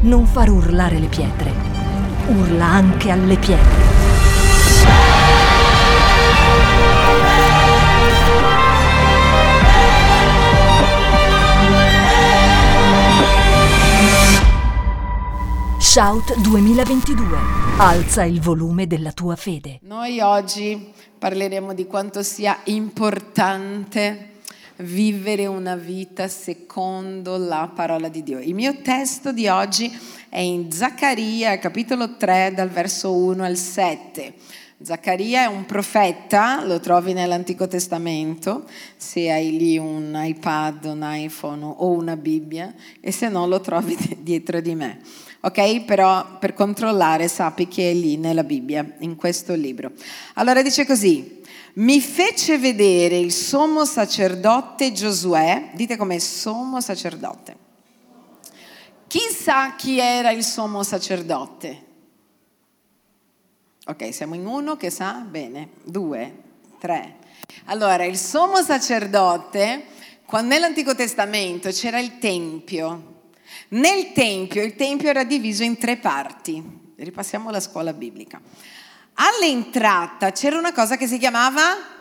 non far urlare le pietre. Urla anche alle pietre. Shout 2022. Alza il volume della tua fede. Noi oggi parleremo di quanto sia importante vivere una vita secondo la parola di Dio. Il mio testo di oggi è in Zaccaria, capitolo 3, dal verso 1 al 7. Zaccaria è un profeta, lo trovi nell'Antico Testamento, se hai lì un iPad, un iPhone o una Bibbia, e se no lo trovi dietro di me. Ok? Però per controllare sappi che è lì nella Bibbia, in questo libro. Allora dice così: mi fece vedere il sommo sacerdote Giosuè. Dite com'è sommo sacerdote. Chi sa chi era il sommo sacerdote? Ok, siamo in uno che sa? Bene. 2, 3. Allora, il sommo sacerdote, quando nell'Antico Testamento c'era il Tempio. Nel Tempio, il Tempio era diviso in 3 parti. Ripassiamo la scuola biblica. All'entrata c'era una cosa che si chiamava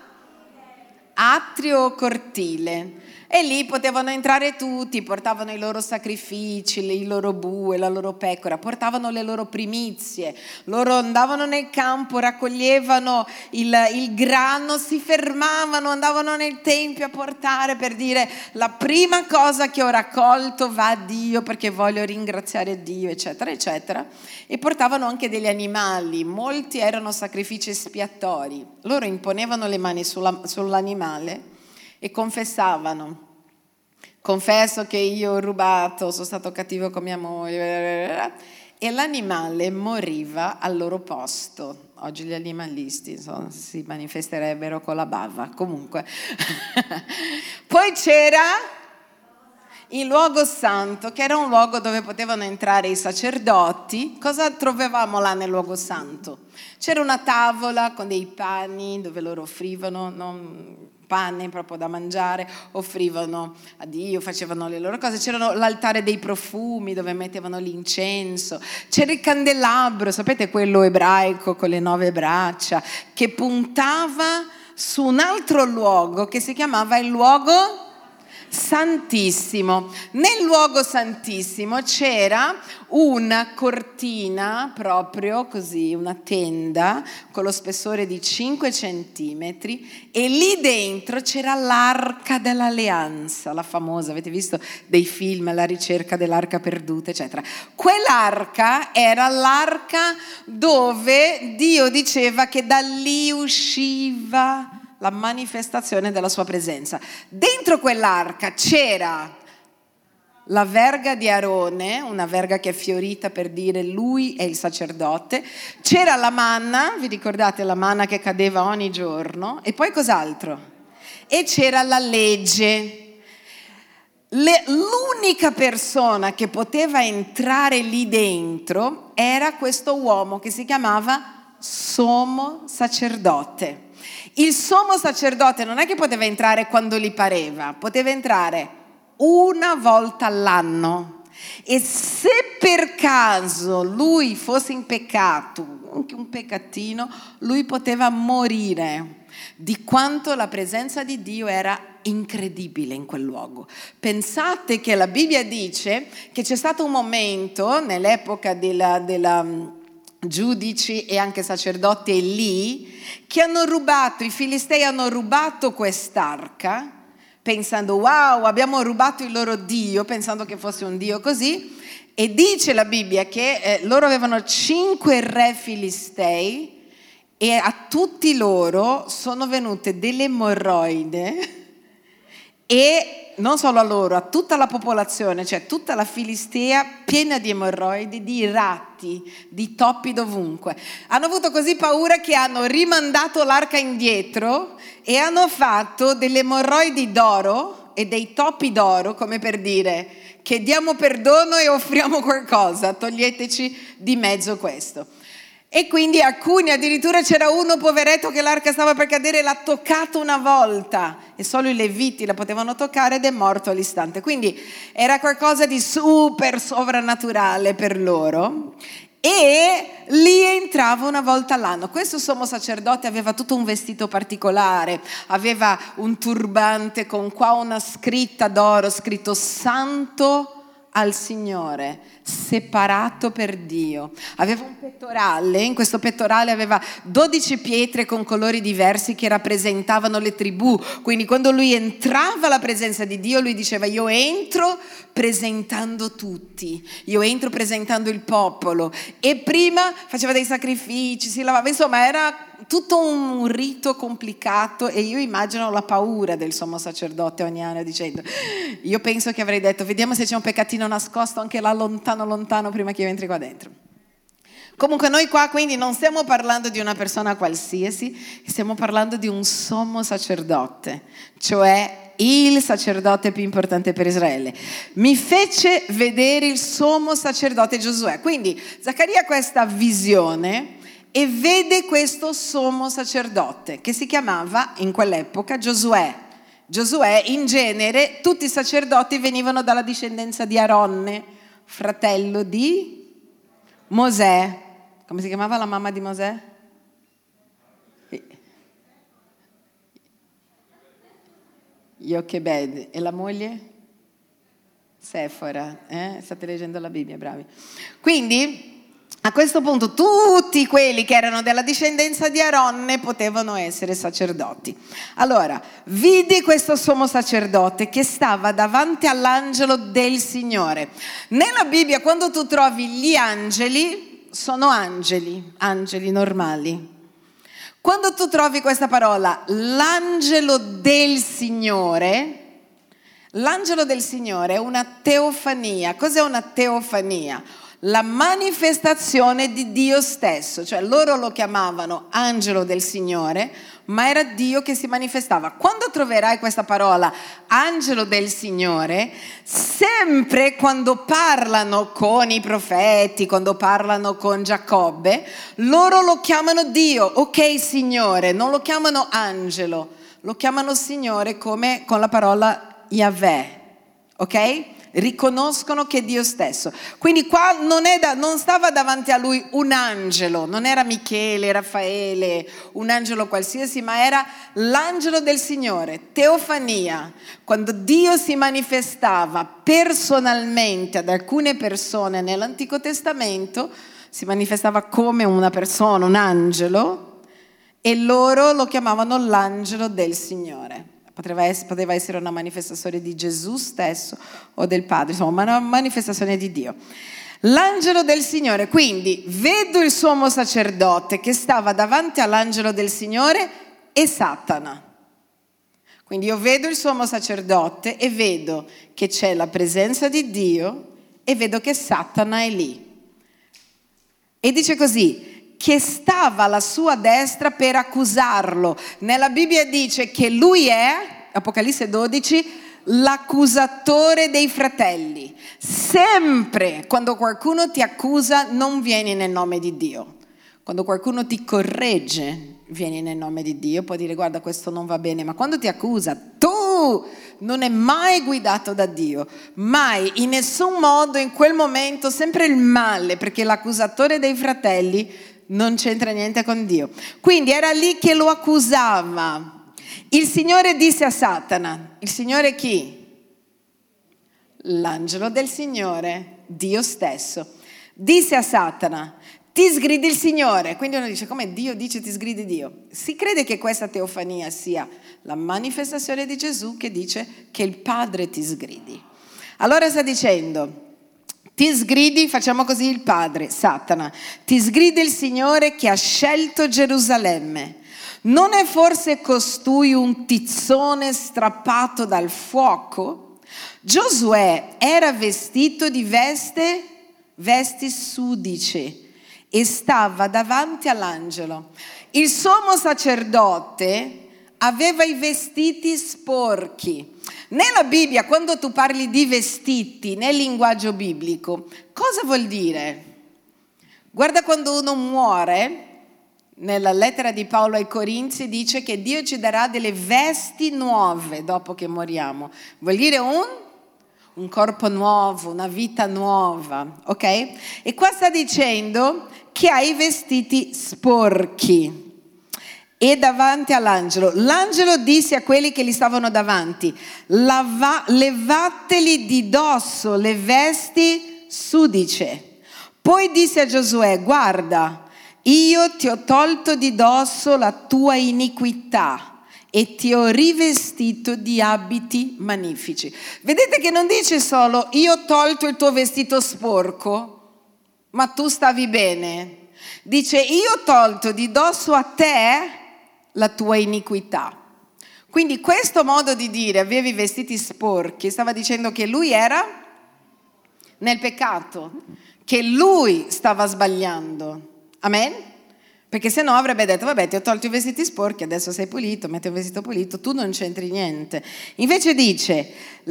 atrio o cortile, e lì potevano entrare tutti, portavano i loro sacrifici, i loro bue, la loro pecora, portavano le loro primizie, loro andavano nel campo, raccoglievano il grano, si fermavano, andavano nel tempio a portare, per dire: la prima cosa che ho raccolto va a Dio perché voglio ringraziare Dio, eccetera eccetera. E portavano anche degli animali, molti erano sacrifici espiatori. Loro imponevano le mani sull'animale e confessavano: confesso che io ho rubato, sono stato cattivo con mia moglie, e l'animale moriva al loro posto. Oggi gli animalisti si manifesterebbero con la bava, comunque. Poi c'era il luogo santo, che era un luogo dove potevano entrare i sacerdoti. Cosa trovavamo là nel luogo santo? C'era una tavola con dei pani dove loro offrivano pane proprio da mangiare, offrivano a Dio, facevano le loro cose. C'era l'altare dei profumi dove mettevano l'incenso. C'era il candelabro, sapete, quello ebraico con le 9 braccia, che puntava su un altro luogo che si chiamava il luogo Santissimo. Nel luogo Santissimo c'era una cortina, proprio così, una tenda con lo spessore di 5 centimetri, e lì dentro c'era l'Arca dell'Alleanza, la famosa, avete visto dei film, La ricerca dell'Arca perduta, eccetera. Quell'arca era l'arca dove Dio diceva che da lì usciva la manifestazione della sua presenza. Dentro quell'arca c'era la verga di Aarone, una verga che è fiorita per dire lui è il sacerdote. C'era la manna, vi ricordate la manna che cadeva ogni giorno? E poi cos'altro? E c'era la legge. L'unica persona che poteva entrare lì dentro era questo uomo che si chiamava sommo sacerdote. Il sommo sacerdote non è che poteva entrare quando gli pareva, poteva entrare una volta all'anno, e se per caso lui fosse in peccato, anche un peccatino, lui poteva morire. Di quanto la presenza di Dio era incredibile in quel luogo. Pensate che la Bibbia dice che c'è stato un momento nell'epoca della giudici e anche sacerdoti lì, che i filistei hanno rubato quest'arca, pensando: wow, abbiamo rubato il loro Dio, pensando che fosse un Dio così. E dice la Bibbia che loro avevano 5 re filistei, e a tutti loro sono venute delle emorroide, e non solo a loro, a tutta la popolazione, cioè tutta la Filistea piena di emorroidi, di ratti, di topi dovunque. Hanno avuto così paura che hanno rimandato l'arca indietro e hanno fatto delle emorroidi d'oro e dei topi d'oro, come per dire che diamo perdono e offriamo qualcosa, toglieteci di mezzo questo. E quindi alcuni, addirittura c'era uno poveretto che l'arca stava per cadere, l'ha toccato una volta e solo i leviti la potevano toccare ed è morto all'istante. Quindi era qualcosa di super sovrannaturale per loro e lì entrava una volta all'anno. Questo sommo sacerdote aveva tutto un vestito particolare, aveva un turbante con qua una scritta d'oro, scritto Santo al Signore, separato per Dio. Aveva un pettorale, in questo pettorale aveva 12 pietre con colori diversi che rappresentavano le tribù. Quindi quando lui entrava alla presenza di Dio, lui diceva: io entro presentando tutti, io entro presentando il popolo. E prima faceva dei sacrifici, si lavava, insomma era tutto un rito complicato. E io immagino la paura del sommo sacerdote ogni anno dicendo: io penso che avrei detto: vediamo se c'è un peccatino nascosto anche là lontano prima che io entri qua dentro. Comunque noi qua quindi non stiamo parlando di una persona qualsiasi, stiamo parlando di un sommo sacerdote, cioè il sacerdote più importante per Israele. Mi fece vedere il sommo sacerdote Giosuè. Quindi Zaccaria ha questa visione e vede questo sommo sacerdote che si chiamava in quell'epoca Giosuè. Giosuè, in genere, tutti i sacerdoti venivano dalla discendenza di Aronne, fratello di Mosè. Come si chiamava la mamma di Mosè? Jochebed. E la moglie? Sefora. State leggendo la Bibbia, bravi. Quindi a questo punto tutti quelli che erano della discendenza di Aronne potevano essere sacerdoti. Allora, vidi questo sommo sacerdote che stava davanti all'angelo del Signore. Nella Bibbia, quando tu trovi gli angeli, sono angeli normali. Quando tu trovi questa parola, l'angelo del Signore è una teofania. Cos'è una teofania? La manifestazione di Dio stesso, cioè loro lo chiamavano angelo del Signore, ma era Dio che si manifestava. Quando troverai questa parola, angelo del Signore, sempre quando parlano con i profeti, quando parlano con Giacobbe, loro lo chiamano Dio, ok Signore, non lo chiamano angelo, lo chiamano Signore come con la parola Yahweh, ok? Riconoscono che è Dio stesso. Quindi qua non stava davanti a lui un angelo, non era Michele, Raffaele, un angelo qualsiasi, ma era l'angelo del Signore, teofania. Quando Dio si manifestava personalmente ad alcune persone nell'Antico Testamento, si manifestava come una persona, un angelo, e loro lo chiamavano l'angelo del Signore. Poteva essere una manifestazione di Gesù stesso o del Padre, insomma una manifestazione di Dio. L'angelo del Signore, quindi vedo il sommo sacerdote che stava davanti all'angelo del Signore e Satana. Quindi io vedo il sommo sacerdote e vedo che c'è la presenza di Dio e vedo che Satana è lì. E dice così: che stava alla sua destra per accusarlo. Nella Bibbia dice che lui è, Apocalisse 12, l'accusatore dei fratelli. Sempre quando qualcuno ti accusa non vieni nel nome di Dio. Quando qualcuno ti corregge vieni nel nome di Dio, puoi dire: guarda, questo non va bene. Ma quando ti accusa, tu non è mai guidato da Dio, mai, in nessun modo, in quel momento, sempre il male, perché l'accusatore dei fratelli non c'entra niente con Dio. Quindi era lì che lo accusava. Il Signore disse a Satana, il Signore chi? L'angelo del Signore, Dio stesso, disse a Satana: ti sgridi il Signore. Quindi uno dice: come Dio dice ti sgridi Dio? Si crede che questa teofania sia la manifestazione di Gesù che dice che il Padre ti sgridi. Allora sta dicendo: ti sgridi, facciamo così, il Padre, Satana, ti sgrida il Signore che ha scelto Gerusalemme. Non è forse costui un tizzone strappato dal fuoco? Giosuè era vestito di vesti sudice e stava davanti all'angelo. Il sommo sacerdote aveva i vestiti sporchi. Nella Bibbia, quando tu parli di vestiti nel linguaggio biblico, cosa vuol dire? Guarda quando uno muore, nella lettera di Paolo ai Corinzi dice che Dio ci darà delle vesti nuove dopo che moriamo. Vuol dire un corpo nuovo, una vita nuova, ok? E qua sta dicendo che ha i vestiti sporchi. E davanti all'angelo, l'angelo disse a quelli che gli stavano davanti: levateli di dosso le vesti sudice. Poi disse a Giosuè: guarda, io ti ho tolto di dosso la tua iniquità e ti ho rivestito di abiti magnifici. Vedete che non dice solo io ho tolto il tuo vestito sporco, ma tu stavi bene. Dice io ho tolto di dosso a te la tua iniquità. Quindi questo modo di dire avevi i vestiti sporchi stava dicendo che lui era nel peccato, che lui stava sbagliando. Amen? Perché se no avrebbe detto vabbè, ti ho tolto i vestiti sporchi, adesso sei pulito, metti un vestito pulito, tu non c'entri niente. Invece dice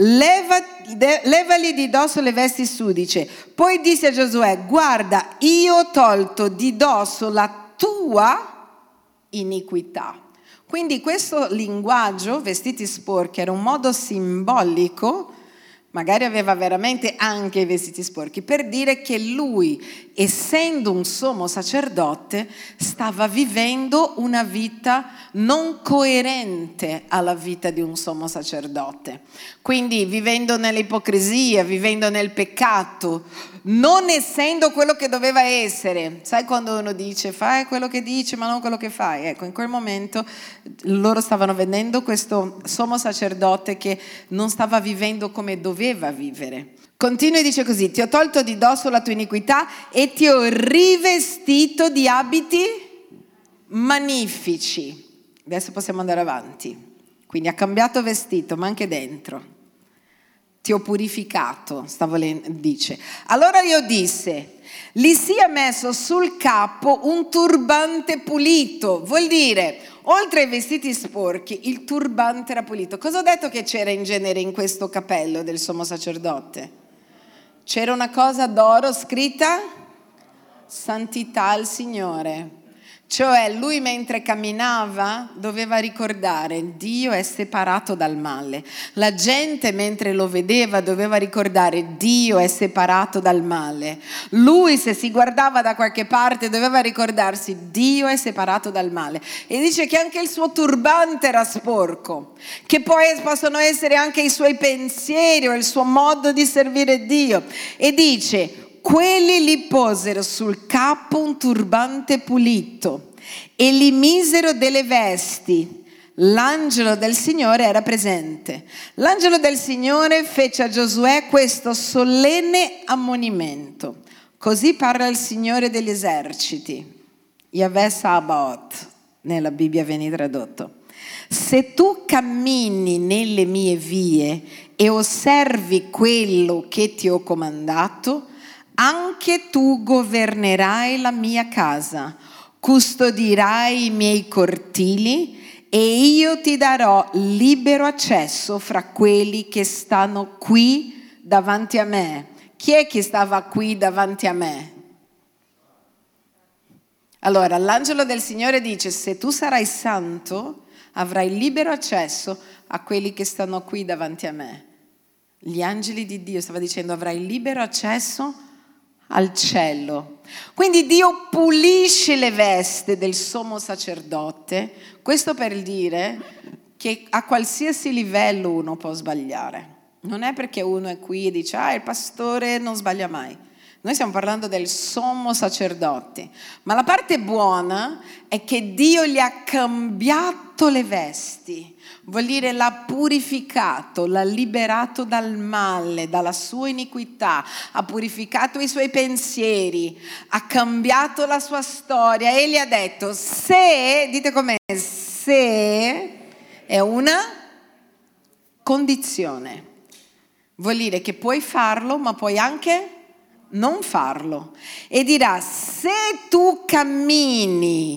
levali di dosso le vesti sudice. Poi disse a Giosuè: guarda, io ho tolto di dosso la tua iniquità. Quindi questo linguaggio, vestiti sporchi, era un modo simbolico, magari aveva veramente anche i vestiti sporchi, per dire che lui, essendo un sommo sacerdote, stava vivendo una vita non coerente alla vita di un sommo sacerdote. Quindi vivendo nell'ipocrisia, vivendo nel peccato, non essendo quello che doveva essere. Sai quando uno dice fai quello che dici ma non quello che fai? Ecco, in quel momento loro stavano vedendo questo sommo sacerdote che non stava vivendo come doveva vivere. Continua e dice così: ti ho tolto di dosso la tua iniquità e ti ho rivestito di abiti magnifici. Adesso possiamo andare avanti. Quindi ha cambiato vestito, ma anche dentro. Ti ho purificato, dice. Allora io disse: gli sia messo sul capo un turbante pulito. Vuol dire, oltre ai vestiti sporchi, il turbante era pulito. Cosa ho detto che c'era in genere in questo cappello del sommo sacerdote? C'era una cosa d'oro scritta: santità al Signore. Cioè lui mentre camminava doveva ricordare Dio è separato dal male. La gente mentre lo vedeva doveva ricordare Dio è separato dal male. Lui se si guardava da qualche parte doveva ricordarsi Dio è separato dal male. E dice che anche il suo turbante era sporco, che poi possono essere anche i suoi pensieri o il suo modo di servire Dio. E dice: quelli gli posero sul capo un turbante pulito e gli misero delle vesti. L'angelo del Signore era presente. L'angelo del Signore fece a Giosuè questo solenne ammonimento. Così parla il Signore degli eserciti, Yahweh Sabaoth, nella Bibbia viene tradotto. Se tu cammini nelle mie vie e osservi quello che ti ho comandato, anche tu governerai la mia casa, custodirai i miei cortili e io ti darò libero accesso fra quelli che stanno qui davanti a me. Chi è che stava qui davanti a me? Allora, l'angelo del Signore dice: se tu sarai santo, avrai libero accesso a quelli che stanno qui davanti a me. Gli angeli di Dio, stava dicendo, avrai libero accesso al cielo. Quindi Dio pulisce le vesti del sommo sacerdote. Questo per dire che a qualsiasi livello uno può sbagliare. Non è perché uno è qui e dice il pastore non sbaglia mai. Noi stiamo parlando del sommo sacerdote, ma la parte buona è che Dio gli ha cambiato le vesti, vuol dire l'ha purificato, l'ha liberato dal male, dalla sua iniquità, ha purificato i suoi pensieri, ha cambiato la sua storia e gli ha detto: se, dite com'è, se è una condizione, vuol dire che puoi farlo ma puoi anche non farlo, e dirà: se tu cammini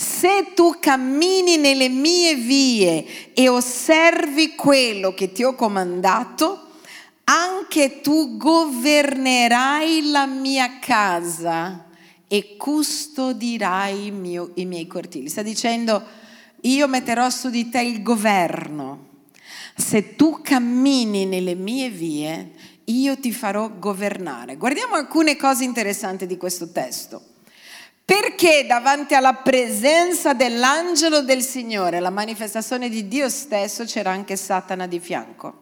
nelle mie vie e osservi quello che ti ho comandato, anche tu governerai la mia casa e custodirai i miei cortili. Sta dicendo, io metterò su di te il governo. Se tu cammini nelle mie vie, io ti farò governare. Guardiamo alcune cose interessanti di questo testo. Perché davanti alla presenza dell'angelo del Signore, la manifestazione di Dio stesso, c'era anche Satana di fianco?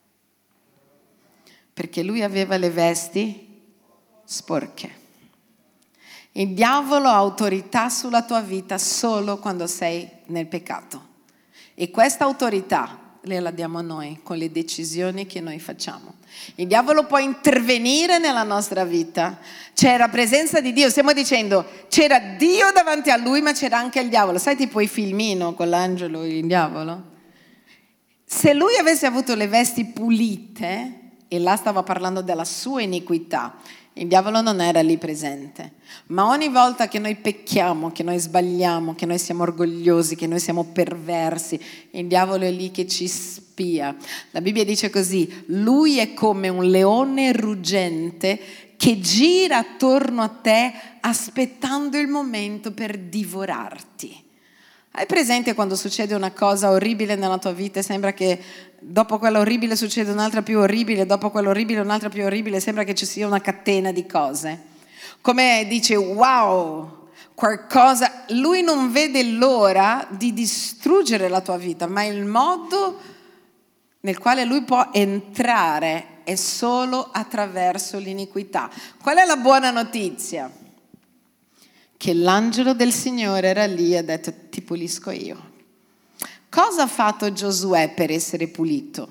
Perché lui aveva le vesti sporche. Il diavolo ha autorità sulla tua vita solo quando sei nel peccato. E questa autorità la diamo noi con le decisioni che noi facciamo. Il diavolo può intervenire nella nostra vita. C'era presenza di Dio, stiamo dicendo, c'era Dio davanti a lui, ma c'era anche il diavolo. Sai tipo i filmino con l'angelo e il diavolo? Se lui avesse avuto le vesti pulite, e là stava parlando della sua iniquità, il diavolo non era lì presente. Ma ogni volta che noi pecchiamo, che noi sbagliamo, che noi siamo orgogliosi, che noi siamo perversi, il diavolo è lì che ci spia. La Bibbia dice così, lui è come un leone ruggente che gira attorno a te aspettando il momento per divorarti. Hai presente quando succede una cosa orribile nella tua vita e sembra che dopo quella orribile succede un'altra più orribile, dopo quella orribile un'altra più orribile, sembra che ci sia una catena di cose? Come dice, wow, qualcosa, lui non vede l'ora di distruggere la tua vita, ma il modo nel quale lui può entrare è solo attraverso l'iniquità. Qual è la buona notizia? Che l'angelo del Signore era lì e ha detto, ti pulisco io. Cosa ha fatto Giosuè per essere pulito?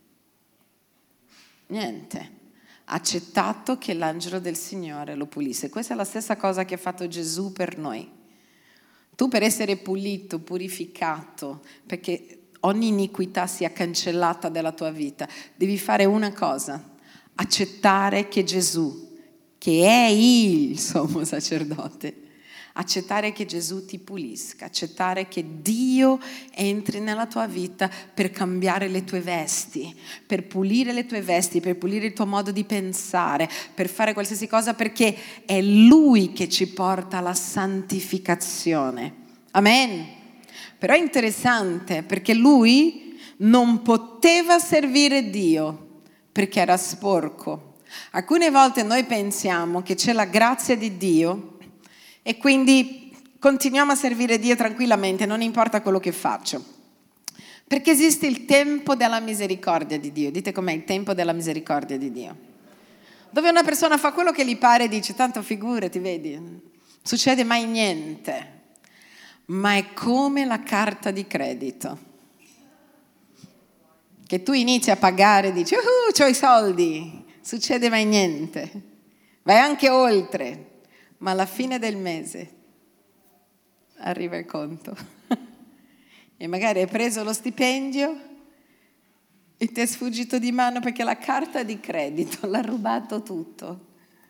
Niente. Ha accettato che l'angelo del Signore lo pulisse. Questa è la stessa cosa che ha fatto Gesù per noi. Tu per essere pulito, purificato, perché ogni iniquità sia cancellata dalla tua vita, devi fare una cosa, accettare che Gesù, che è il sommo sacerdote, accettare che Gesù ti pulisca, accettare che Dio entri nella tua vita per cambiare le tue vesti, per pulire le tue vesti, per pulire il tuo modo di pensare, per fare qualsiasi cosa, perché è Lui che ci porta alla santificazione. Amen. Però è interessante perché Lui non poteva servire Dio perché era sporco. Alcune volte noi pensiamo che c'è la grazia di Dio e quindi continuiamo a servire Dio tranquillamente, non importa quello che faccio. Perché esiste il tempo della misericordia di Dio. Dite com'è il tempo della misericordia di Dio. Dove una persona fa quello che gli pare e dice, tanto figurati, vedi, succede mai niente. Ma è come la carta di credito. Che tu inizi a pagare e dici, c'ho i soldi, succede mai niente. Vai anche oltre. Ma alla fine del mese arriva il conto e magari hai preso lo stipendio e ti è sfuggito di mano perché la carta di credito l'ha rubato tutto.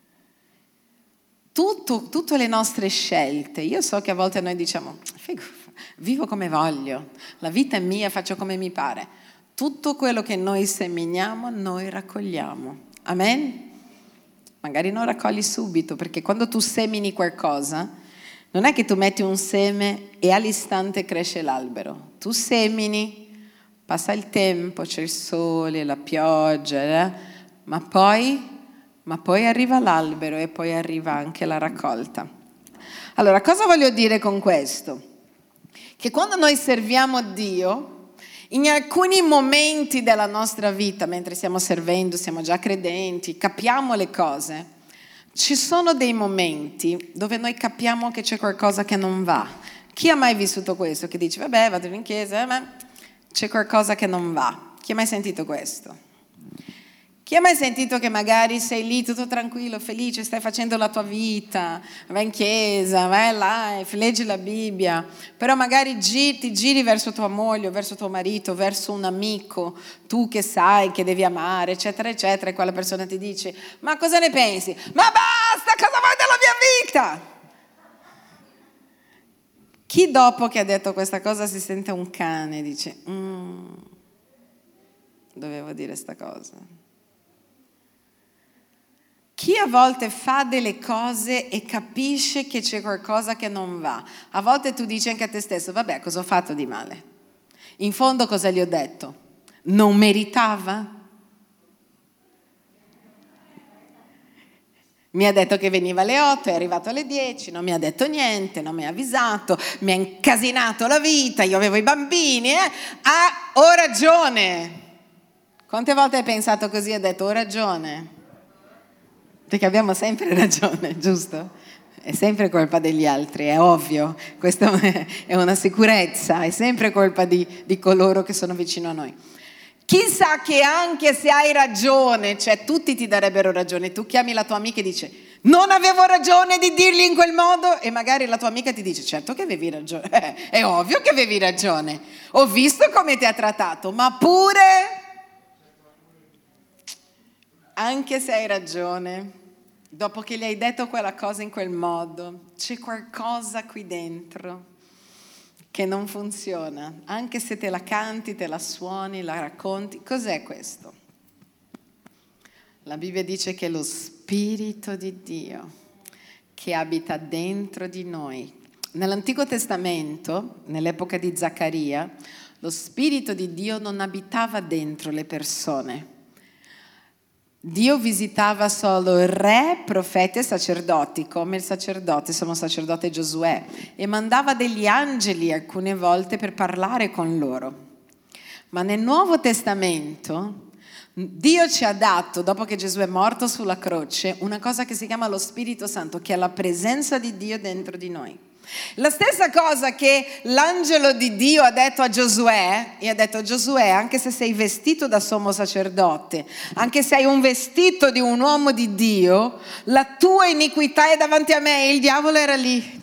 Tutte le nostre scelte. Io so che a volte noi diciamo, vivo come voglio, la vita è mia, faccio come mi pare. Tutto quello che noi seminiamo, noi raccogliamo. Amen? Magari non raccogli subito, perché quando tu semini qualcosa, non è che tu metti un seme e all'istante cresce l'albero. Tu semini, passa il tempo, c'è il sole, la pioggia, ma poi arriva l'albero e poi arriva anche la raccolta. Allora, cosa voglio dire con questo? Che quando noi serviamo Dio, in alcuni momenti della nostra vita, mentre stiamo servendo, siamo già credenti, capiamo le cose, ci sono dei momenti dove noi capiamo che c'è qualcosa che non va. Chi ha mai vissuto questo? Che dice, vabbè, vado in chiesa, ma c'è qualcosa che non va. Chi ha mai sentito questo? Chi ha mai sentito che magari sei lì tutto tranquillo, felice, stai facendo la tua vita, vai in chiesa, vai live, leggi la Bibbia, però magari ti giri verso tua moglie, verso tuo marito, verso un amico, tu che sai che devi amare, eccetera, eccetera, e quella persona ti dice, ma cosa ne pensi? Ma basta, cosa vuoi della mia vita? Chi dopo che ha detto questa cosa si sente un cane e dice, dovevo dire sta cosa. Chi a volte fa delle cose e capisce che c'è qualcosa che non va? A volte tu dici anche a te stesso, vabbè, cosa ho fatto di male? In fondo cosa gli ho detto? Non meritava? Mi ha detto che veniva alle 8, è arrivato alle 10, non mi ha detto niente, non mi ha avvisato, mi ha incasinato la vita, io avevo i bambini, ho ragione. Quante volte hai pensato così e hai detto ho ragione? Perché abbiamo sempre ragione, giusto? È sempre colpa degli altri, è ovvio, questa è una sicurezza, è sempre colpa di coloro che sono vicino a noi. Chissà che anche se hai ragione, cioè tutti ti darebbero ragione, tu chiami la tua amica e dici non avevo ragione di dirgli in quel modo e magari la tua amica ti dice certo che avevi ragione, è ovvio che avevi ragione, ho visto come ti ha trattato, ma pure anche se hai ragione, dopo che gli hai detto quella cosa in quel modo, c'è qualcosa qui dentro che non funziona, anche se te la canti, te la suoni, la racconti. Cos'è questo? La Bibbia dice che lo Spirito di Dio che abita dentro di noi. Nell'Antico Testamento, nell'epoca di Zaccaria, lo Spirito di Dio non abitava dentro le persone. Dio visitava solo re, profeti e sacerdoti, come il sacerdote, sommo sacerdote Giosuè, e mandava degli angeli alcune volte per parlare con loro. Ma nel Nuovo Testamento Dio ci ha dato, dopo che Gesù è morto sulla croce, una cosa che si chiama lo Spirito Santo, che è la presenza di Dio dentro di noi. La stessa cosa che l'angelo di Dio ha detto a Giosuè, e ha detto Giosuè, anche se sei vestito da sommo sacerdote, anche se hai un vestito di un uomo di Dio, la tua iniquità è davanti a me, e il diavolo era lì.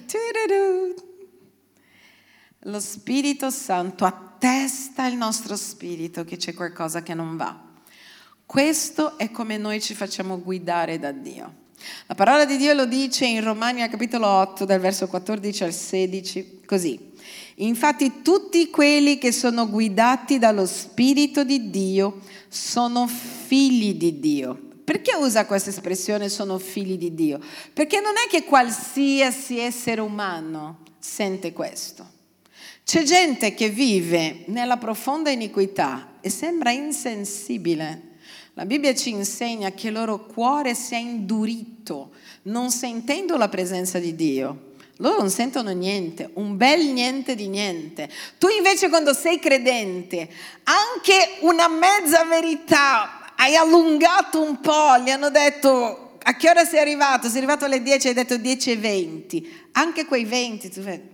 Lo Spirito Santo attesta il nostro spirito che c'è qualcosa che non va. Questo è come noi ci facciamo guidare da Dio. La parola di Dio lo dice in Romani al capitolo 8, dal verso 14 al 16, così. Infatti tutti quelli che sono guidati dallo Spirito di Dio sono figli di Dio. Perché usa questa espressione sono figli di Dio? Perché non è che qualsiasi essere umano sente questo. C'è gente che vive nella profonda iniquità e sembra insensibile. La Bibbia ci insegna che il loro cuore si è indurito, non sentendo la presenza di Dio. Loro non sentono niente, un bel niente di niente. Tu invece quando sei credente, anche una mezza verità, hai allungato un po', gli hanno detto a che ora sei arrivato? Sei arrivato alle 10, hai detto 10:20. Anche quei 20 tu vedi.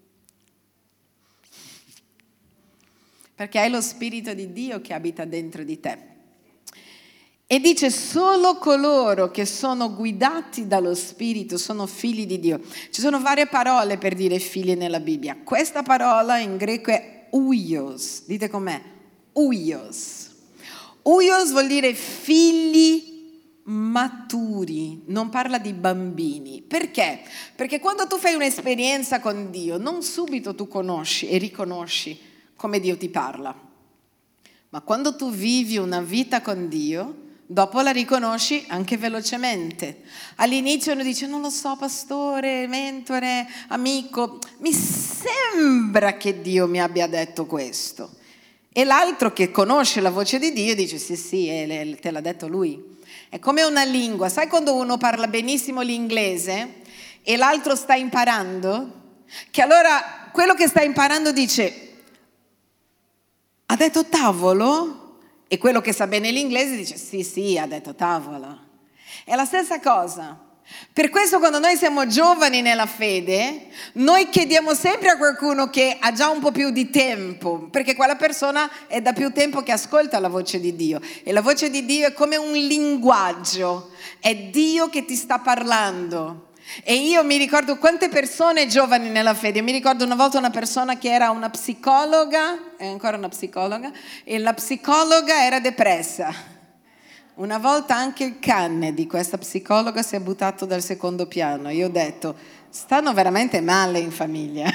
Perché hai lo Spirito di Dio che abita dentro di te. E dice solo coloro che sono guidati dallo Spirito sono figli di Dio. Ci sono varie parole per dire figli nella Bibbia. Questa parola in greco è huios. Dite com'è? Huios. Huios vuol dire figli maturi, non parla di bambini. Perché? Perché quando tu fai un'esperienza con Dio, non subito tu conosci e riconosci come Dio ti parla. Ma quando tu vivi una vita con Dio, dopo la riconosci anche velocemente. All'inizio uno dice non lo so pastore, mentore, amico, mi sembra che Dio mi abbia detto questo. E l'altro che conosce la voce di Dio dice sì, te l'ha detto lui. È come una lingua, sai quando uno parla benissimo l'inglese e l'altro sta imparando? Che allora quello che sta imparando dice ha detto tavolo? E quello che sa bene l'inglese dice sì, ha detto tavola. È la stessa cosa. Per questo quando noi siamo giovani nella fede, noi chiediamo sempre a qualcuno che ha già un po' più di tempo, perché quella persona è da più tempo che ascolta la voce di Dio. E la voce di Dio è come un linguaggio, è Dio che ti sta parlando. E io mi ricordo quante persone giovani nella fede, mi ricordo una volta una persona che era una psicologa, è ancora una psicologa, e la psicologa era depressa. Una volta anche il cane di questa psicologa si è buttato dal secondo piano. Io ho detto, stanno veramente male in famiglia.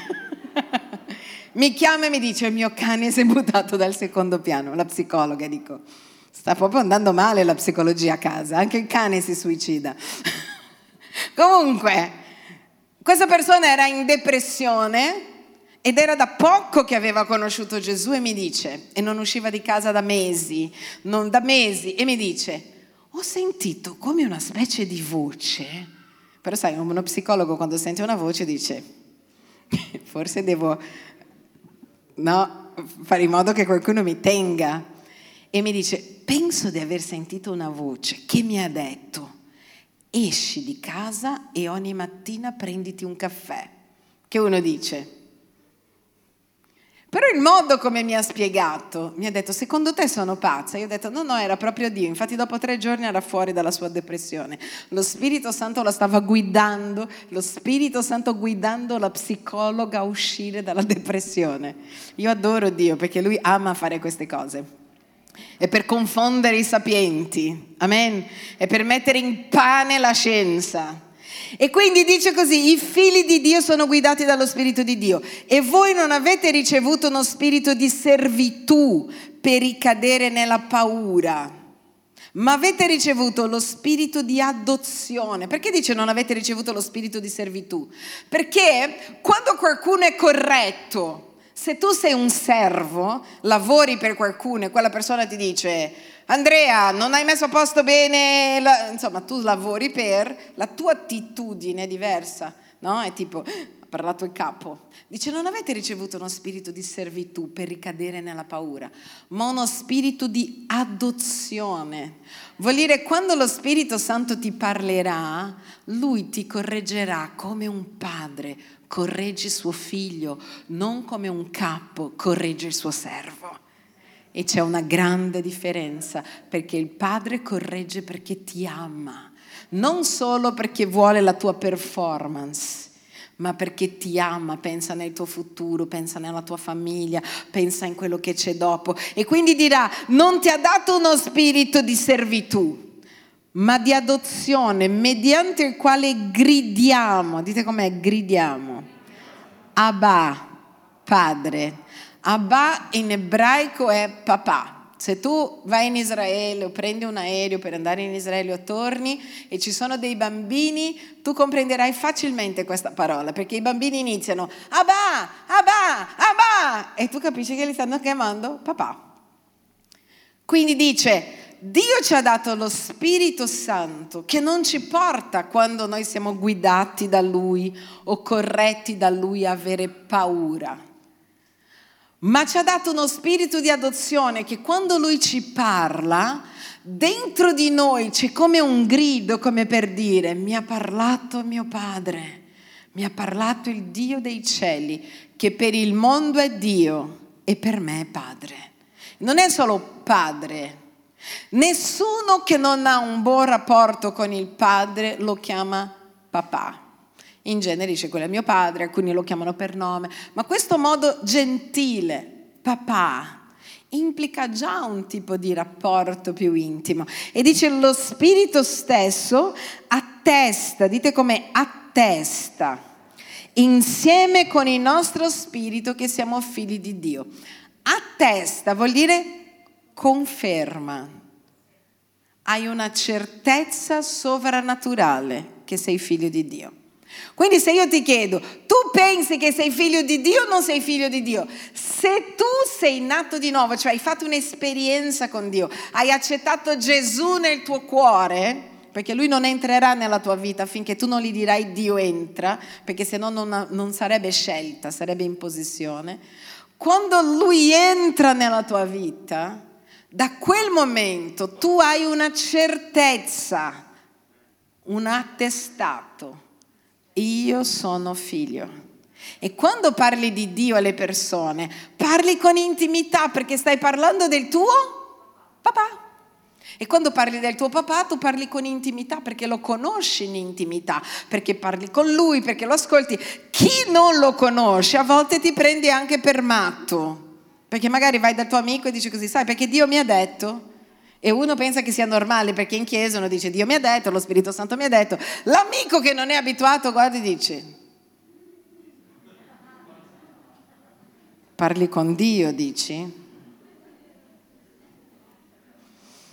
Mi chiama e mi dice, il mio cane si è buttato dal secondo piano, la psicologa, dico. Sta proprio andando male la psicologia a casa, anche il cane si suicida. Comunque, questa persona era in depressione ed era da poco che aveva conosciuto Gesù e mi dice, e non usciva di casa da mesi, e mi dice, ho sentito come una specie di voce, però sai, uno psicologo quando sente una voce dice, forse devo fare in modo che qualcuno mi tenga, e mi dice, penso di aver sentito una voce che mi ha detto, esci di casa e ogni mattina prenditi un caffè. Che uno dice, però il modo come mi ha spiegato, mi ha detto, secondo te sono pazza? Io ho detto, no, era proprio Dio. Infatti dopo 3 giorni era fuori dalla sua depressione. Lo Spirito Santo la stava guidando, lo Spirito Santo guidando la psicologa a uscire dalla depressione. Io adoro Dio perché Lui ama fare queste cose. È per confondere i sapienti, amen? È per mettere in pane la scienza. E quindi dice così, i figli di Dio sono guidati dallo Spirito di Dio e voi non avete ricevuto uno spirito di servitù per ricadere nella paura, ma avete ricevuto lo spirito di adozione. Perché dice non avete ricevuto lo spirito di servitù? Perché quando qualcuno è corretto, se tu sei un servo, lavori per qualcuno e quella persona ti dice Andrea, non hai messo a posto bene, insomma tu lavori la tua attitudine è diversa, no? È tipo, ha parlato il capo, dice non avete ricevuto uno spirito di servitù per ricadere nella paura, ma uno spirito di adozione. Vuol dire quando lo Spirito Santo ti parlerà, Lui ti correggerà come un padre corregge suo figlio, non come un capo corregge il suo servo. E c'è una grande differenza, perché il padre corregge perché ti ama, non solo perché vuole la tua performance, ma perché ti ama, pensa nel tuo futuro, pensa nella tua famiglia, pensa in quello che c'è dopo. E quindi dirà, non ti ha dato uno spirito di servitù, ma di adozione, mediante il quale gridiamo. Dite com'è gridiamo? Abba, padre. Abba in ebraico è papà. Se tu vai in Israele o prendi un aereo per andare in Israele o torni e ci sono dei bambini, tu comprenderai facilmente questa parola, perché i bambini iniziano Abba, Abba, Abba, e tu capisci che li stanno chiamando papà. Quindi dice, Dio ci ha dato lo Spirito Santo che non ci porta quando noi siamo guidati da Lui o corretti da Lui a avere paura. Ma ci ha dato uno spirito di adozione che quando Lui ci parla, dentro di noi c'è come un grido, come per dire, mi ha parlato mio Padre, mi ha parlato il Dio dei cieli, che per il mondo è Dio e per me è Padre. Non è solo Padre, nessuno che non ha un buon rapporto con il Padre lo chiama papà. In genere dice quello è mio padre, alcuni lo chiamano per nome, ma questo modo gentile, papà, implica già un tipo di rapporto più intimo. E dice lo Spirito stesso attesta, dite come attesta, insieme con il nostro spirito che siamo figli di Dio. Attesta vuol dire conferma. Hai una certezza sovrannaturale che sei figlio di Dio. Quindi se io ti chiedo, tu pensi che sei figlio di Dio o non sei figlio di Dio? Se tu sei nato di nuovo, cioè hai fatto un'esperienza con Dio, hai accettato Gesù nel tuo cuore, perché Lui non entrerà nella tua vita finché tu non gli dirai Dio entra, perché se no non sarebbe scelta, sarebbe imposizione. Quando Lui entra nella tua vita, da quel momento tu hai una certezza, un attestato. Io sono figlio. E quando parli di Dio alle persone, parli con intimità perché stai parlando del tuo papà. E quando parli del tuo papà, tu parli con intimità perché lo conosci in intimità, perché parli con lui, perché lo ascolti. Chi non lo conosce a volte ti prendi anche per matto, perché magari vai dal tuo amico e dici così, sai perché Dio mi ha detto? E uno pensa che sia normale perché in chiesa uno dice Dio mi ha detto, lo Spirito Santo mi ha detto. L'amico che non è abituato guarda e dice parli con Dio, dici?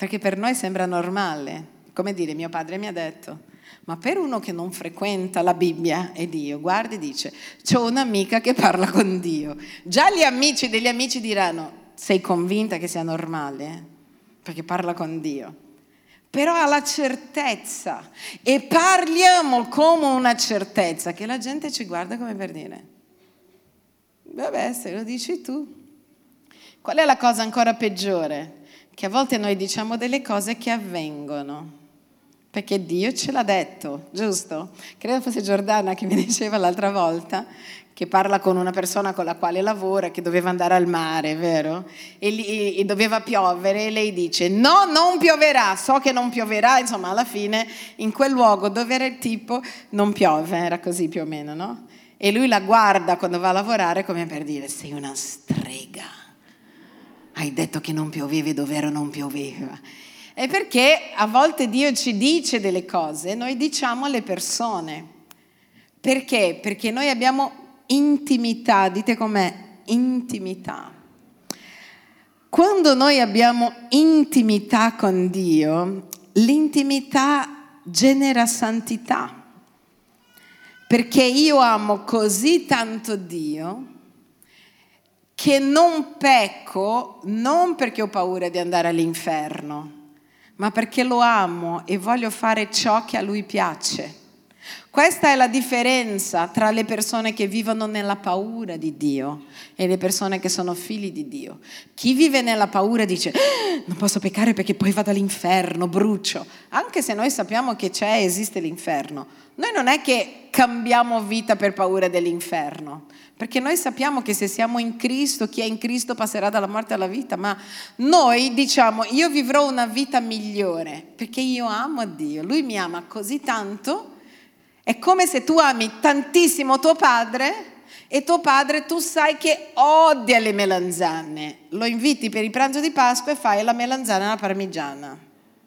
Perché per noi sembra normale. Come dire, mio padre mi ha detto, ma per uno che non frequenta la Bibbia e Dio, guardi, dice, c'ho un'amica che parla con Dio. Già gli amici degli amici diranno, sei convinta che sia normale? Perché parla con Dio. Però ha la certezza e parliamo come una certezza che la gente ci guarda come per dire, vabbè, se lo dici tu. Qual è la cosa ancora peggiore? Che a volte noi diciamo delle cose che avvengono, perché Dio ce l'ha detto, giusto? Credo fosse Giordana che mi diceva l'altra volta che parla con una persona con la quale lavora, che doveva andare al mare, vero? E doveva piovere e lei dice, no, non pioverà, so che non pioverà, insomma alla fine in quel luogo dove era il tipo non piove, era così più o meno, no? E lui la guarda quando va a lavorare come per dire, sei una strega, hai detto che non pioveva e dov'era non pioveva. È perché a volte Dio ci dice delle cose, noi diciamo alle persone. Perché? Perché noi abbiamo intimità, dite com'è, intimità. Quando noi abbiamo intimità con Dio, l'intimità genera santità. Perché io amo così tanto Dio che non pecco, non perché ho paura di andare all'inferno, ma perché lo amo e voglio fare ciò che a Lui piace. Questa è la differenza tra le persone che vivono nella paura di Dio e le persone che sono figli di Dio. Chi vive nella paura dice, non posso peccare perché poi vado all'inferno, brucio. Anche se noi sappiamo che esiste l'inferno. Noi non è che cambiamo vita per paura dell'inferno, perché noi sappiamo che se siamo in Cristo, chi è in Cristo passerà dalla morte alla vita, ma noi diciamo, io vivrò una vita migliore, perché io amo Dio, Lui mi ama così tanto. È come se tu ami tantissimo tuo padre e tuo padre tu sai che odia le melanzane. Lo inviti per il pranzo di Pasqua e fai la melanzana alla parmigiana.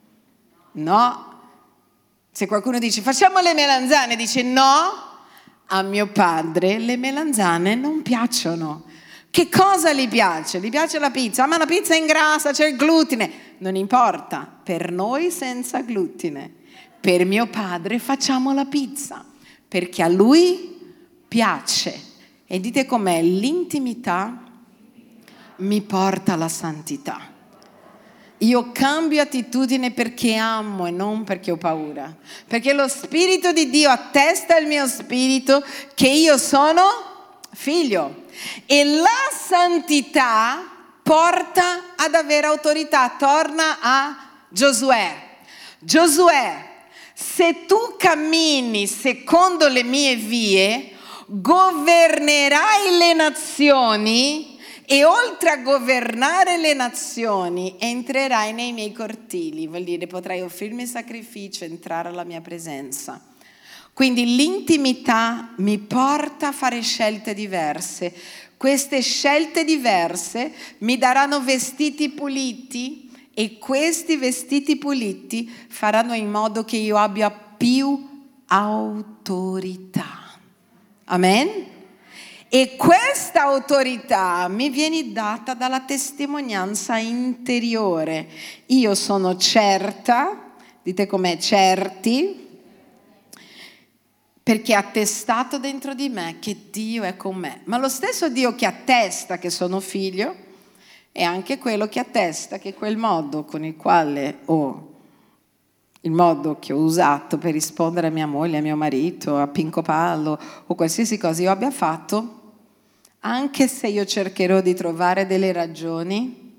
No. Se qualcuno dice facciamo le melanzane, dice no, a mio padre le melanzane non piacciono. Che cosa gli piace? Gli piace la pizza, ma la pizza è ingrassa, c'è il glutine. Non importa, per noi senza glutine. Per mio padre facciamo la pizza, perché a lui piace. E dite com'è, l'intimità mi porta alla santità. Io cambio attitudine perché amo e non perché ho paura. Perché lo Spirito di Dio attesta il mio spirito che io sono figlio. E la santità porta ad avere autorità. Torna a Giosuè. Giosuè, se tu cammini secondo le mie vie, governerai le nazioni e oltre a governare le nazioni entrerai nei miei cortili, vuol dire potrai offrirmi sacrificio, entrare alla mia presenza. Quindi l'intimità mi porta a fare scelte diverse. Queste scelte diverse mi daranno vestiti puliti e questi vestiti puliti faranno in modo che io abbia più autorità. Amen? E questa autorità mi viene data dalla testimonianza interiore. Io sono certa, dite com'è, certi, perché ha attestato dentro di me che Dio è con me. Ma lo stesso Dio che attesta che sono figlio è anche quello che attesta che quel modo con il quale il modo che ho usato per rispondere a mia moglie, a mio marito, a Pinco Pallo o qualsiasi cosa io abbia fatto, anche se io cercherò di trovare delle ragioni,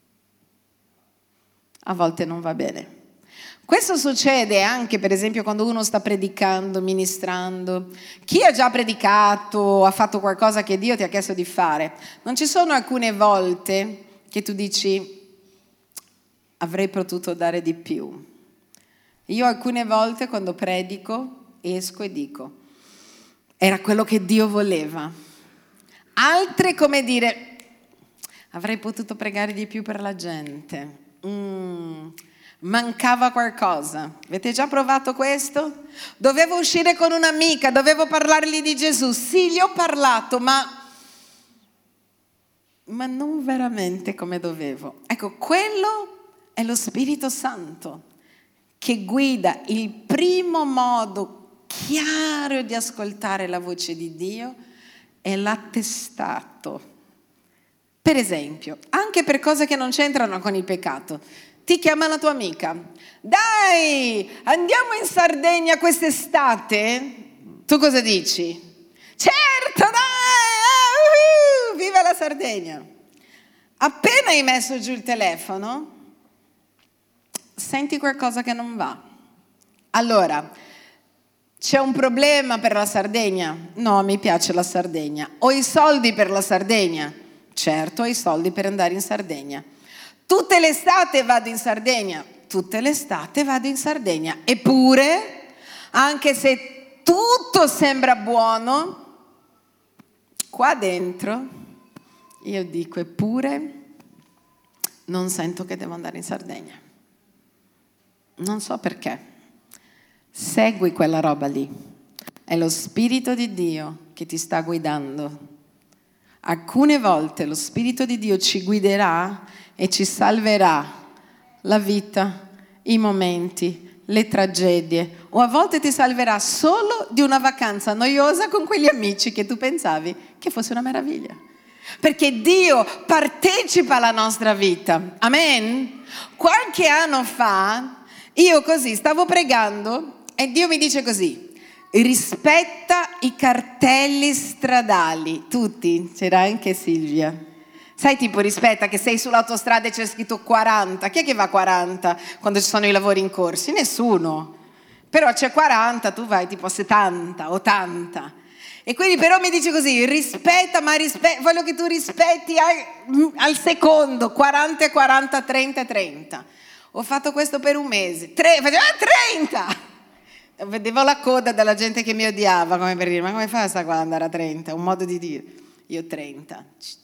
a volte non va bene. Questo succede anche, per esempio, quando uno sta predicando, ministrando. Chi ha già predicato, ha fatto qualcosa che Dio ti ha chiesto di fare? Non ci sono alcune volte che tu dici, avrei potuto dare di più. Io alcune volte quando predico, esco e dico, era quello che Dio voleva. Altre come dire, avrei potuto pregare di più per la gente. Mancava qualcosa. Avete già provato questo? Dovevo uscire con un'amica, dovevo parlargli di Gesù. Sì, gli ho parlato, ma non veramente come dovevo. Ecco, quello È lo Spirito Santo che guida. Il primo modo chiaro di ascoltare la voce di Dio è l'attestato. Per esempio, anche per cose che non c'entrano con il peccato. Ti chiama la tua amica. Dai, andiamo in Sardegna quest'estate? Tu cosa dici? Certo, dai! Viva la Sardegna! Appena hai messo giù il telefono, senti qualcosa che non va. Allora, c'è un problema per la Sardegna? No, mi piace la Sardegna. Ho i soldi per la Sardegna? Certo, ho i soldi per andare in Sardegna. Tutte l'estate vado in Sardegna? Tutte l'estate vado in Sardegna. Eppure, anche se tutto sembra buono, qua dentro io dico, eppure non sento che devo andare in Sardegna. Non so perché. Segui quella roba lì. È lo Spirito di Dio che ti sta guidando. Alcune volte lo Spirito di Dio ci guiderà e ci salverà la vita, i momenti, le tragedie, o a volte ti salverà solo di una vacanza noiosa con quegli amici che tu pensavi che fosse una meraviglia. Perché Dio partecipa alla nostra vita. Amen? Qualche anno fa io così stavo pregando e Dio mi dice così: rispetta i cartelli stradali. Tutti, c'era anche Silvia. Sai, tipo, rispetta che sei sull'autostrada e c'è scritto 40. Chi è che va a 40 quando ci sono i lavori in corsi? Nessuno. Però c'è 40, tu vai tipo a 70, 80. E quindi però mi dice così: rispetta, ma voglio che tu rispetti al secondo, 40, 40, 30, 30. Ho fatto questo per un mese. Facevo 30! Vedevo la coda della gente che mi odiava, come per dire, ma come fa sta qua ad andare a 30? Un modo di dire. Io 30,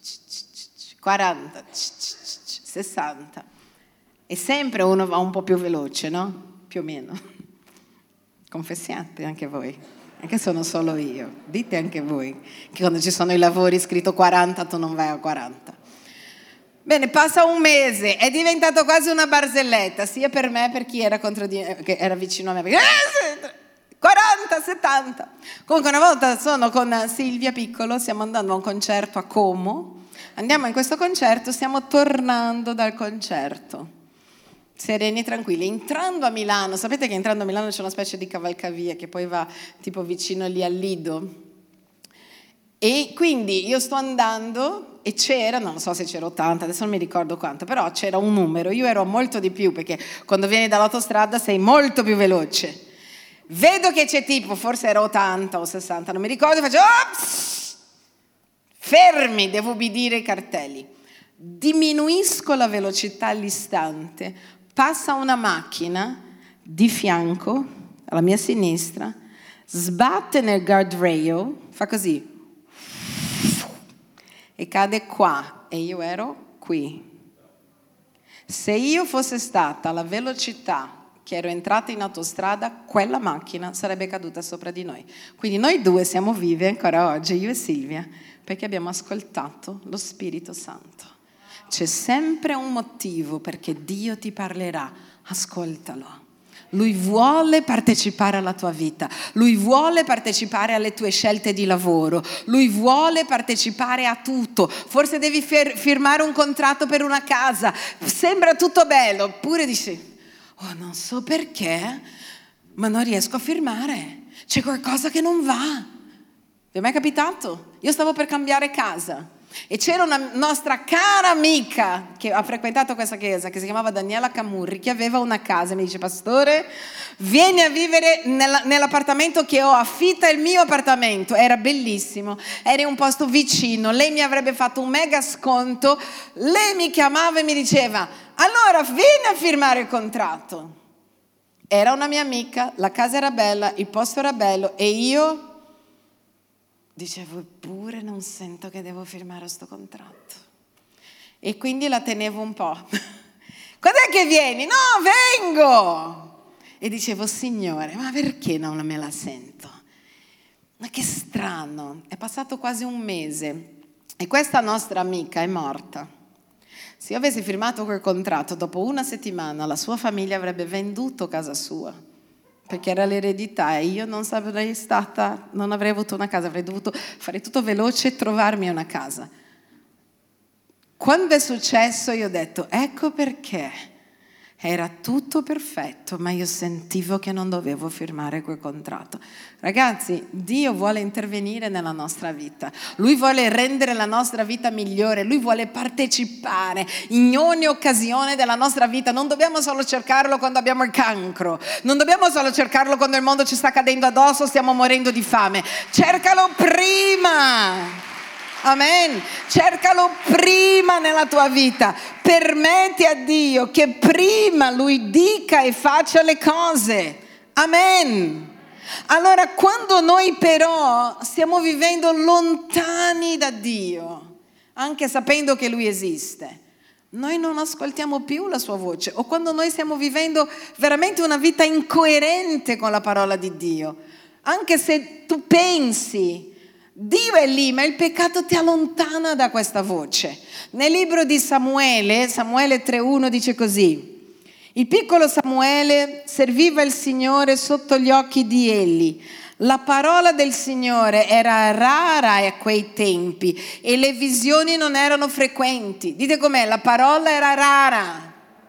40, 60. E sempre uno va un po' più veloce, no? Più o meno. Confessiate anche voi. Che sono solo io, dite anche voi che quando ci sono i lavori scritto 40 tu non vai a 40. Bene, passa un mese, è diventato quasi una barzelletta, sia per me, per chi era contro di me, che era vicino a me, perché 40, 70. Comunque una volta sono con Silvia Piccolo, stiamo andando a un concerto a Como, andiamo in questo concerto, stiamo tornando dal concerto. Sereni e tranquilli, entrando a Milano, sapete che entrando a Milano c'è una specie di cavalcavia che poi va tipo vicino lì al Lido, e quindi io sto andando e c'era, non so se c'era 80, adesso non mi ricordo quanto, però c'era un numero, io ero molto di più perché quando vieni dall'autostrada sei molto più veloce, vedo che c'è tipo, forse era 80 o 60, non mi ricordo, faccio ops! Fermi, devo ubbidire i cartelli, diminuisco la velocità all'istante. Passa una macchina di fianco, alla mia sinistra, sbatte nel guardrail, fa così, e cade qua, e io ero qui. Se io fosse stata alla velocità che ero entrata in autostrada, quella macchina sarebbe caduta sopra di noi. Quindi noi due siamo vive ancora oggi, io e Silvia, perché abbiamo ascoltato lo Spirito Santo. C'è sempre un motivo perché Dio ti parlerà, ascoltalo. Lui vuole partecipare alla tua vita, Lui vuole partecipare alle tue scelte di lavoro, Lui vuole partecipare a tutto. Forse devi firmare un contratto per una casa, sembra tutto bello, oppure dici, oh non so perché, ma non riesco a firmare, c'è qualcosa che non va. Vi è mai capitato? Io stavo per cambiare casa. E c'era una nostra cara amica che ha frequentato questa chiesa, che si chiamava Daniela Camurri, che aveva una casa e mi dice: pastore, vieni a vivere nell'appartamento che ho, affitta il mio appartamento. Era bellissimo, era in un posto vicino, lei mi avrebbe fatto un mega sconto. Lei mi chiamava e mi diceva: allora vieni a firmare il contratto. Era una mia amica, la casa era bella, il posto era bello e io dicevo, eppure non sento che devo firmare sto contratto. E quindi la tenevo un po'. Quando è che vieni? No, vengo! E dicevo, Signore, ma perché non me la sento? Ma che strano. È passato quasi un mese e questa nostra amica è morta. Se io avessi firmato quel contratto, dopo una settimana la sua famiglia avrebbe venduto casa sua, perché era l'eredità e io non avrei avuto una casa, avrei dovuto fare tutto veloce e trovarmi una casa. Quando è successo io ho detto, ecco perché era tutto perfetto, ma io sentivo che non dovevo firmare quel contratto. Ragazzi, Dio vuole intervenire nella nostra vita. Lui vuole rendere la nostra vita migliore. Lui vuole partecipare in ogni occasione della nostra vita. Non dobbiamo solo cercarlo quando abbiamo il cancro. Non dobbiamo solo cercarlo quando il mondo ci sta cadendo addosso, stiamo morendo di fame. Cercalo prima. Amen. Cercalo prima nella tua vita. Permetti a Dio che prima Lui dica e faccia le cose. Amen. Allora, quando noi però stiamo vivendo lontani da Dio, anche sapendo che Lui esiste, noi non ascoltiamo più la sua voce. O quando noi stiamo vivendo veramente una vita incoerente con la parola di Dio, anche se tu pensi Dio è lì, ma il peccato ti allontana da questa voce. Nel libro di Samuele 3:1 dice così: il piccolo Samuele serviva il Signore sotto gli occhi di Eli. La parola del Signore era rara a quei tempi e le visioni non erano frequenti. Dite com'è, la parola era rara,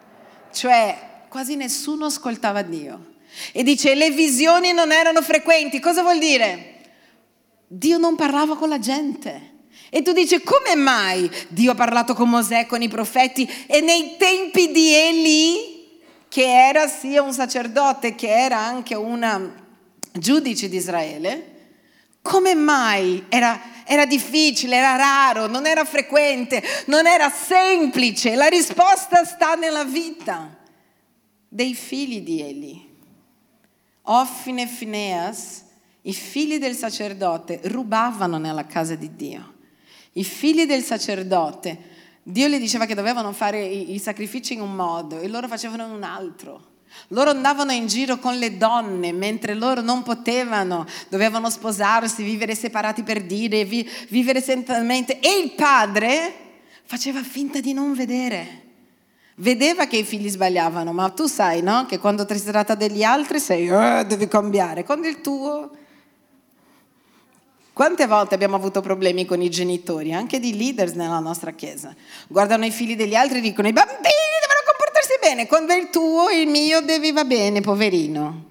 cioè quasi nessuno ascoltava Dio. E dice le visioni non erano frequenti. Cosa vuol dire? Dio non parlava con la gente. E tu dici, come mai Dio ha parlato con Mosè, con i profeti, e nei tempi di Eli, che era sia un sacerdote che era anche una giudice di Israele, come mai era difficile, era raro, non era frequente, non era semplice? La risposta sta nella vita dei figli di Eli. Ofni e Fineas, i figli del sacerdote, rubavano nella casa di Dio. I figli del sacerdote, Dio gli diceva che dovevano fare i sacrifici in un modo e loro facevano in un altro. Loro andavano in giro con le donne mentre loro non potevano, dovevano sposarsi, vivere separati per dire, vivere sentalmente. E il padre faceva finta di non vedere. Vedeva che i figli sbagliavano, ma tu sai, no? Che quando ti si tratta degli altri devi cambiare. Quando il tuo... Quante volte abbiamo avuto problemi con i genitori, anche di leaders nella nostra chiesa? Guardano i figli degli altri e dicono i bambini devono comportarsi bene, quando è il tuo, il mio va bene, poverino.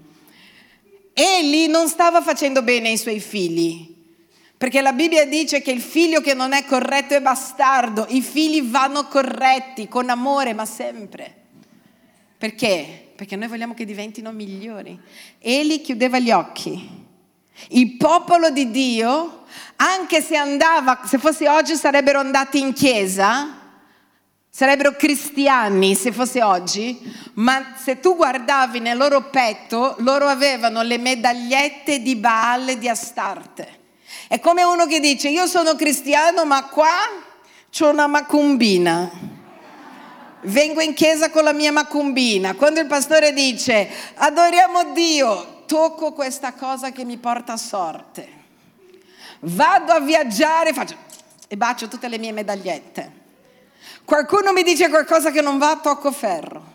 Eli non stava facendo bene ai suoi figli, perché la Bibbia dice che il figlio che non è corretto è bastardo. I figli vanno corretti, con amore, ma sempre. Perché? Perché noi vogliamo che diventino migliori. Eli chiudeva gli occhi. Il popolo di Dio, anche se fosse oggi sarebbero andati in chiesa, sarebbero cristiani se fosse oggi, ma se tu guardavi nel loro petto, loro avevano le medagliette di Baal e di Astarte. È come uno che dice, io sono cristiano ma qua c'ho una macumbina, vengo in chiesa con la mia macumbina. Quando il pastore dice, adoriamo Dio, tocco questa cosa che mi porta a sorte, vado a viaggiare, faccio e bacio tutte le mie medagliette. Qualcuno mi dice qualcosa che non va, tocco ferro.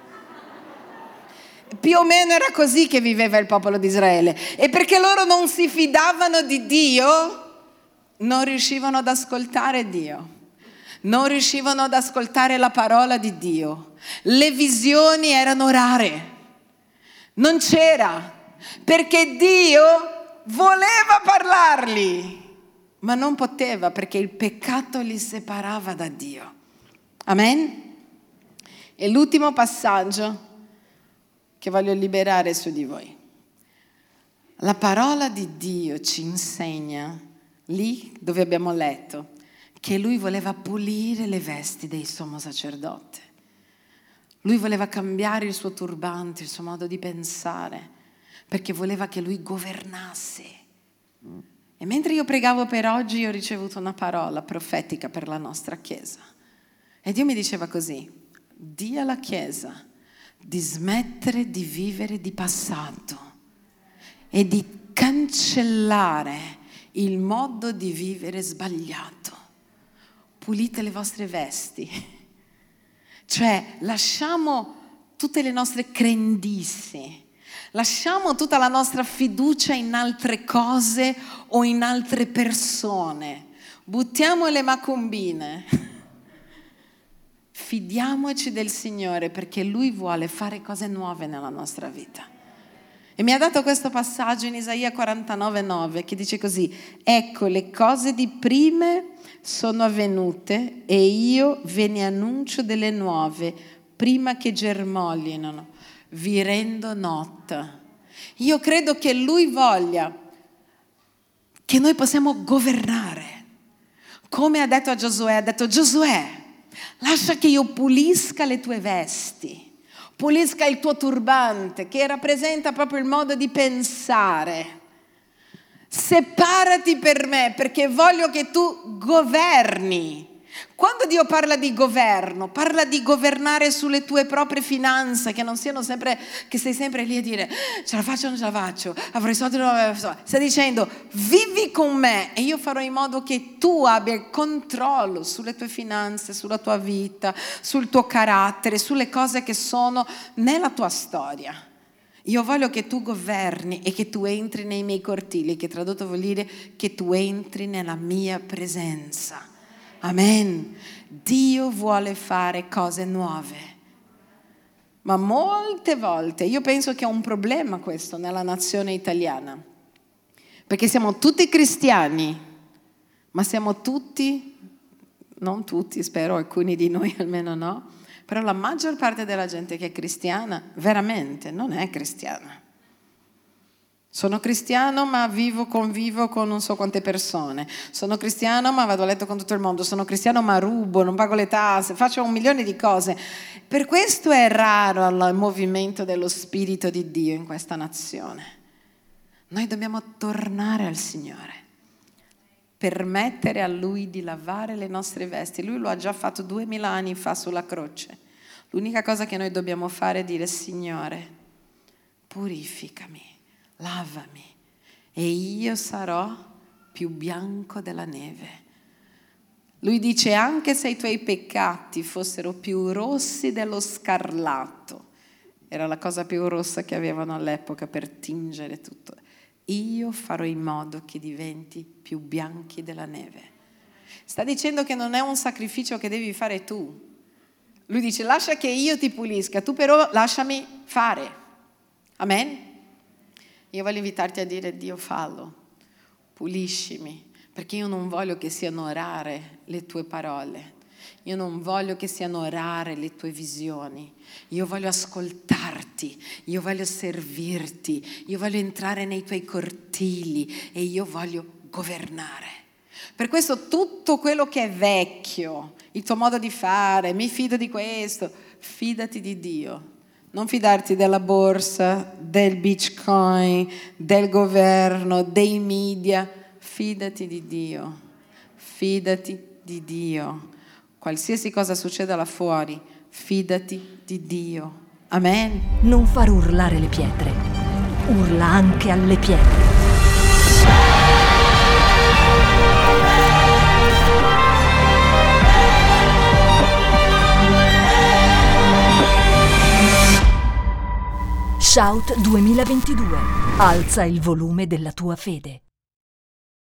Più o meno era così che viveva il popolo di Israele, e perché loro non si fidavano di Dio non riuscivano ad ascoltare Dio, non riuscivano ad ascoltare la parola di Dio. Le visioni erano rare, non c'era, perché Dio voleva parlargli, ma non poteva perché il peccato li separava da Dio. Amen? E l'ultimo passaggio che voglio liberare su di voi. La parola di Dio ci insegna, lì dove abbiamo letto, che Lui voleva pulire le vesti del sommo sacerdote. Lui voleva cambiare il suo turbante, il suo modo di pensare, perché voleva che Lui governasse. E mentre io pregavo per oggi, ho ricevuto una parola profetica per la nostra Chiesa. E Dio mi diceva così, di alla Chiesa di smettere di vivere di passato e di cancellare il modo di vivere sbagliato. Pulite le vostre vesti Cioè, lasciamo tutte le nostre crendizie, lasciamo tutta la nostra fiducia in altre cose o in altre persone. Buttiamo le macumbine. Fidiamoci del Signore perché Lui vuole fare cose nuove nella nostra vita. E mi ha dato questo passaggio in Isaia 49,9 che dice così: ecco, le cose di prime sono avvenute e io ve ne annuncio delle nuove prima che germoglino, vi rendo nota. Io credo che Lui voglia che noi possiamo governare. Come ha detto a Giosuè, ha detto: Giosuè, lascia che io pulisca le tue vesti. Pulisca il tuo turbante, che rappresenta proprio il modo di pensare. Separati per me, perché voglio che tu governi. Quando Dio parla di governo, parla di governare sulle tue proprie finanze, che non siano sempre, che sei sempre lì a dire ce la faccio o non ce la faccio, avrò i soldi o non avrò i soldi. Sta dicendo: vivi con me e io farò in modo che tu abbia il controllo sulle tue finanze, sulla tua vita, sul tuo carattere, sulle cose che sono nella tua storia. Io voglio che tu governi e che tu entri nei miei cortili, che tradotto vuol dire che tu entri nella mia presenza. Amen. Dio vuole fare cose nuove. Ma molte volte io penso che è un problema questo nella nazione italiana. Perché siamo tutti cristiani, ma siamo tutti, non tutti, spero alcuni di noi almeno no, però la maggior parte della gente che è cristiana veramente non è cristiana. Sono cristiano ma convivo con non so quante persone. Sono cristiano ma vado a letto con tutto il mondo. Sono cristiano ma rubo, non pago le tasse, faccio 1 milione di cose. Per questo è raro il movimento dello Spirito di Dio in questa nazione. Noi dobbiamo tornare al Signore, permettere a Lui di lavare le nostre vesti. Lui lo ha già fatto 2000 anni fa sulla croce. L'unica cosa che noi dobbiamo fare è dire: Signore, purificami. Lavami e io sarò più bianco della neve. Lui dice: anche se i tuoi peccati fossero più rossi dello scarlatto, era la cosa più rossa che avevano all'epoca per tingere tutto, io farò in modo che diventi più bianchi della neve. Sta dicendo che non è un sacrificio che devi fare tu. Lui dice: lascia che io ti pulisca, tu però lasciami fare. Amen? Io voglio invitarti a dire: Dio, fallo, puliscimi, perché io non voglio che siano rare le tue parole, io non voglio che siano rare le tue visioni, io voglio ascoltarti, io voglio servirti, io voglio entrare nei tuoi cortili e io voglio governare. Per questo tutto quello che è vecchio, il tuo modo di fare, mi fido di questo, fidati di Dio. Non fidarti della borsa, del Bitcoin, del governo, dei media. Fidati di Dio. Fidati di Dio. Qualsiasi cosa succeda là fuori, fidati di Dio. Amen. Non far urlare le pietre. Urla anche alle pietre. Shout 2022. Alza il volume della tua fede.